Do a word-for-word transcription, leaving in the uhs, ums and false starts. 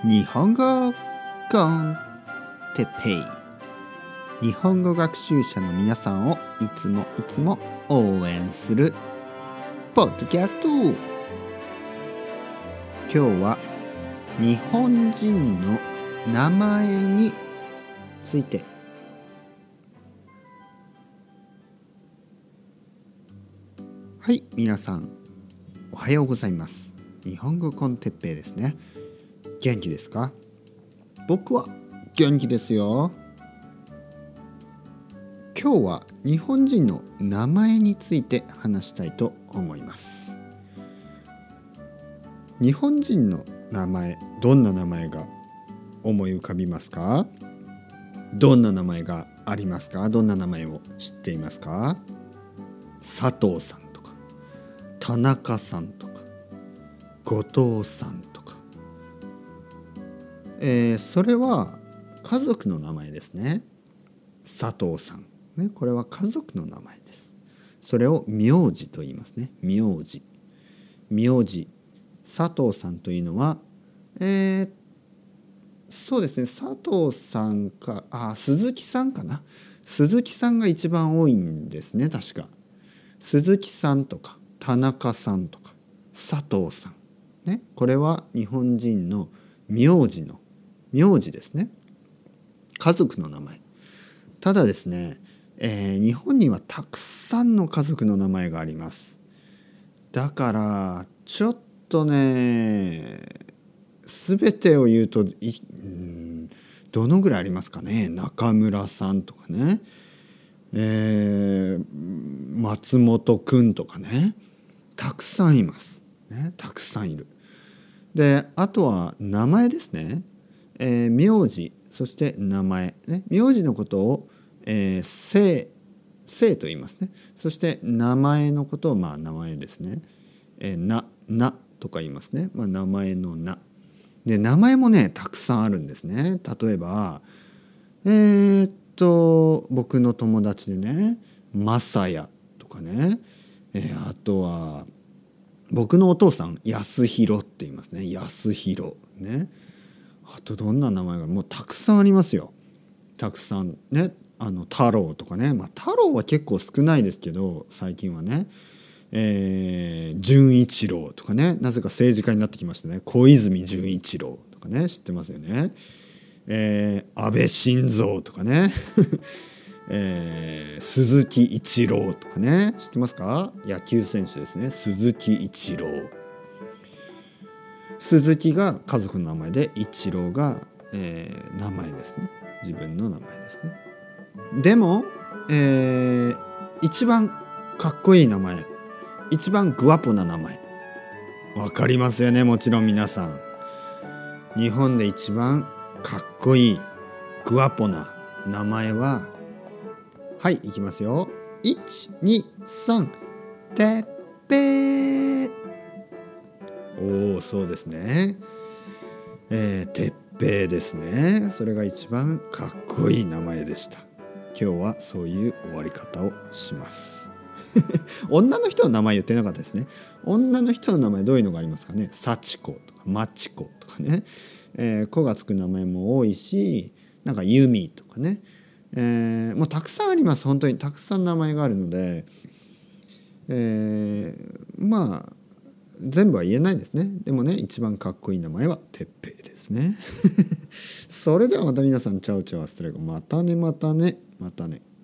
日本語コンテペイ、日本語学習者の皆さんをいつもいつも応援するポッドキャスト。今日は日本人の名前について。はい、皆さんおはようございます。日本語コンテッペイですね。元気ですか？僕は元気ですよ。今日は日本人の名前について話したいと思います。日本人の名前、どんな名前が思い浮かびますか？どんな名前がありますか？どんな名前を知っていますか？佐藤さんとか、田中さんとか、後藤さんとか、えー、それは家族の名前ですね。佐藤さん、ね、これは家族の名前です。それを名字と言いますね。名字。名字。佐藤さんというのは、えー、そうですね、佐藤さんか、あ、鈴木さんかな。鈴木さんが一番多いんですね、確か。鈴木さんとか、田中さんとか、佐藤さん。ね、これは日本人の名字の、名字ですね。家族の名前。ただですね、えー、日本にはたくさんの家族の名前があります。だからちょっとね、全てを言うとい、うん、どのぐらいありますかね。中村さんとかね、えー、松本くんとかね、たくさんいます、ね、たくさんいる。で、あとは名前ですね。えー、名字、そして名前、ね、名字のことを、えー、姓、姓と言いますね。そして名前のことを、まあ名前ですね。えー、な、なとか言いますね。まあ名前のな。で、名前もね、たくさんあるんですね。例えば、えー、っと、僕の友達でね、まさやとかね、えー、あとは、僕のお父さん、安弘って言いますね。安弘ね。あとどんな名前がもうたくさんありますよ。たくさんね。あの太郎とかね。まあ太郎は結構少ないですけど、最近はね。えー、純一郎とかね。なぜか政治家になってきましたね。小泉純一郎とかね。知ってますよね。えー、安倍晋三とかね。えー、鈴木一郎とかね。知ってますか？野球選手ですね。鈴木一郎。鈴木が家族の名前で、一郎が、えー、名前ですね。自分の名前ですね。でも、えー、一番かっこいい名前、一番グワポな名前、わかりますよね。もちろん皆さん、日本で一番かっこいいグワポな名前は、はい、いきますよ。いち、に、さん、てっぺー。おお、そうですね。えー、てっぺいですね。それが一番かっこいい名前でした。今日はそういう終わり方をします。女の人の名前言ってなかったですね。女の人の名前どういうのがありますかね。幸子とかまちことかね、えー、子がつく名前も多いし、なんか由美とかね、えー、もうたくさんあります。本当にたくさん名前があるので、えー、まあ全部は言えないですね。でもね、一番かっこいい名前はてっぺいですね。それではまた皆さん、チャオチャオアストレゴ、またねまたねまたね。